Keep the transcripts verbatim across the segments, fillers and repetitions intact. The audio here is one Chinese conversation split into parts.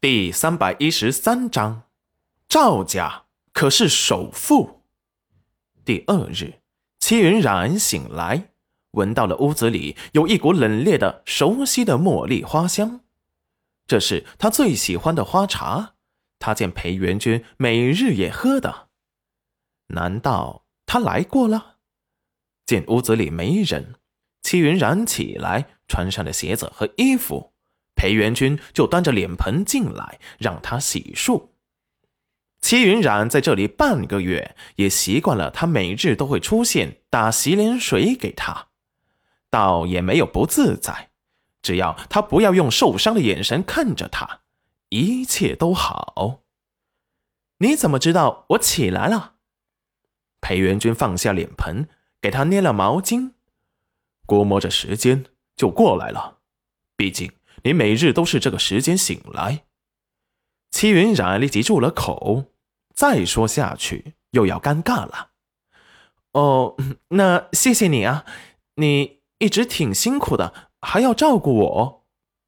第三百一十三章，赵家可是首富。第二日，戚云染醒来，闻到了屋子里有一股冷冽的熟悉的茉莉花香，这是他最喜欢的花茶，他见裴元君每日也喝的。难道他来过了？见屋子里没人，戚云染起来，穿上了鞋子和衣服，裴元君就端着脸盆进来，让他洗漱。戚云染在这里半个月，也习惯了他每日都会出现打洗脸水给他，倒也没有不自在，只要他不要用受伤的眼神看着他，一切都好。你怎么知道我起来了？裴元君放下脸盆，给他捏了毛巾，估摸着时间就过来了，毕竟你每日都是这个时间醒来。戚云染立即住了口，再说下去又要尴尬了。哦，那谢谢你啊，你一直挺辛苦的，还要照顾我。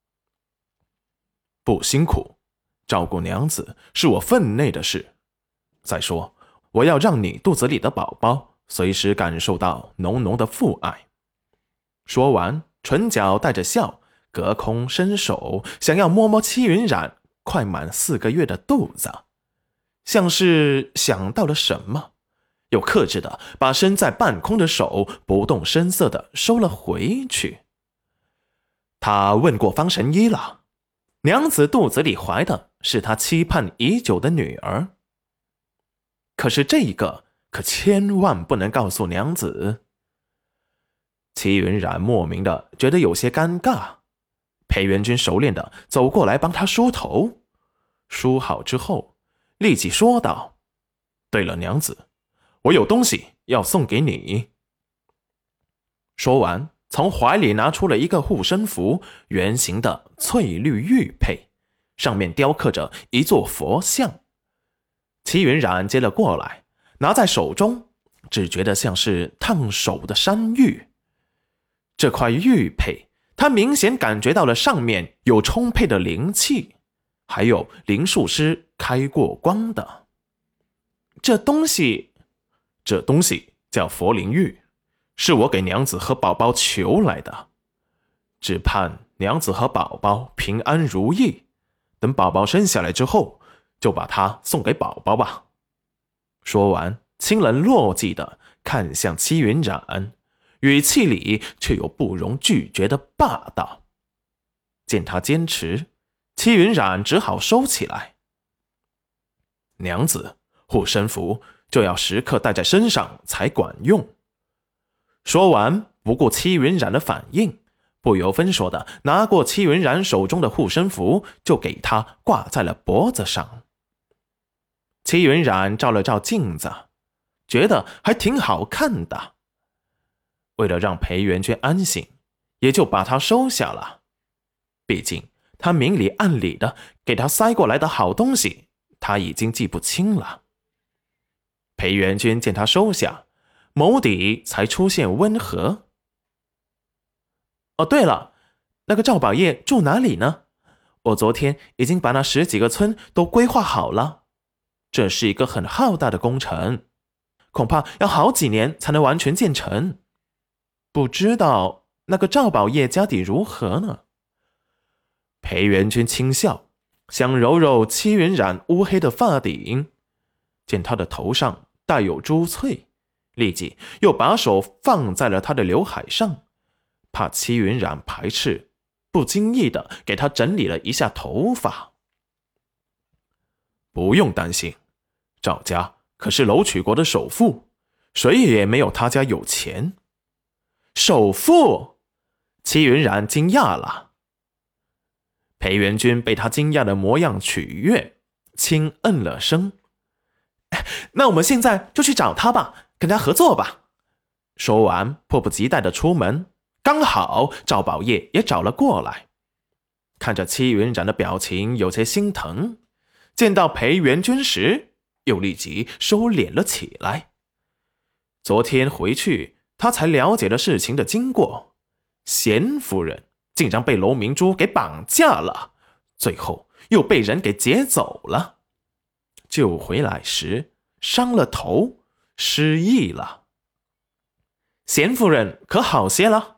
不辛苦，照顾娘子是我分内的事。再说，我要让你肚子里的宝宝随时感受到浓浓的父爱。说完，唇角带着笑，隔空伸手想要摸摸戚云染快满四个月的肚子，像是想到了什么，又克制的把伸在半空的手不动声色的收了回去。他问过方神医了，娘子肚子里怀的是他期盼已久的女儿，可是这个可千万不能告诉娘子。戚云染莫名的觉得有些尴尬，裴元君熟练的走过来帮他梳头，梳好之后立即说道：对了，娘子，我有东西要送给你。说完，从怀里拿出了一个护身符，圆形的翠绿玉佩，上面雕刻着一座佛像。戚云染接了过来，拿在手中，只觉得像是烫手的山芋。这块玉佩，他明显感觉到了上面有充沛的灵气，还有灵术师开过光的。这东西，这东西叫佛灵玉，是我给娘子和宝宝求来的，只盼娘子和宝宝平安如意，等宝宝生下来之后，就把它送给宝宝吧。说完，清冷落寂的看向戚云染，语气里却有不容拒绝的霸道。见他坚持，戚云染只好收起来。娘子，护身符就要时刻带在身上才管用。说完，不顾戚云染的反应，不由分说的拿过戚云染手中的护身符，就给他挂在了脖子上。戚云染照了照镜子，觉得还挺好看的。为了让裴元君安心，也就把他收下了。毕竟他明里暗里的给他塞过来的好东西，他已经记不清了。裴元君见他收下，眸底才出现温和。哦，对了，那个赵宝业住哪里呢？我昨天已经把那十几个村都规划好了，这是一个很浩大的工程，恐怕要好几年才能完全建成。不知道那个赵宝业家底如何呢？裴元君轻笑，想揉揉戚云染乌黑的发顶，见他的头上带有珠翠，立即又把手放在了他的刘海上，怕戚云染排斥，不经意的给他整理了一下头发。不用担心，赵家可是楼曲国的首富，谁也没有他家有钱。首富？戚云染惊讶了。裴元君被他惊讶的模样取悦，轻嗯了声。那我们现在就去找他吧，跟他合作吧。说完，迫不及待的出门，刚好赵宝业也找了过来。看着戚云染的表情有些心疼，见到裴元君时，又立即收敛了起来。昨天回去，他才了解了事情的经过，贤夫人竟然被楼明珠给绑架了，最后又被人给劫走了。救回来时伤了头，失忆了。贤夫人可好些了？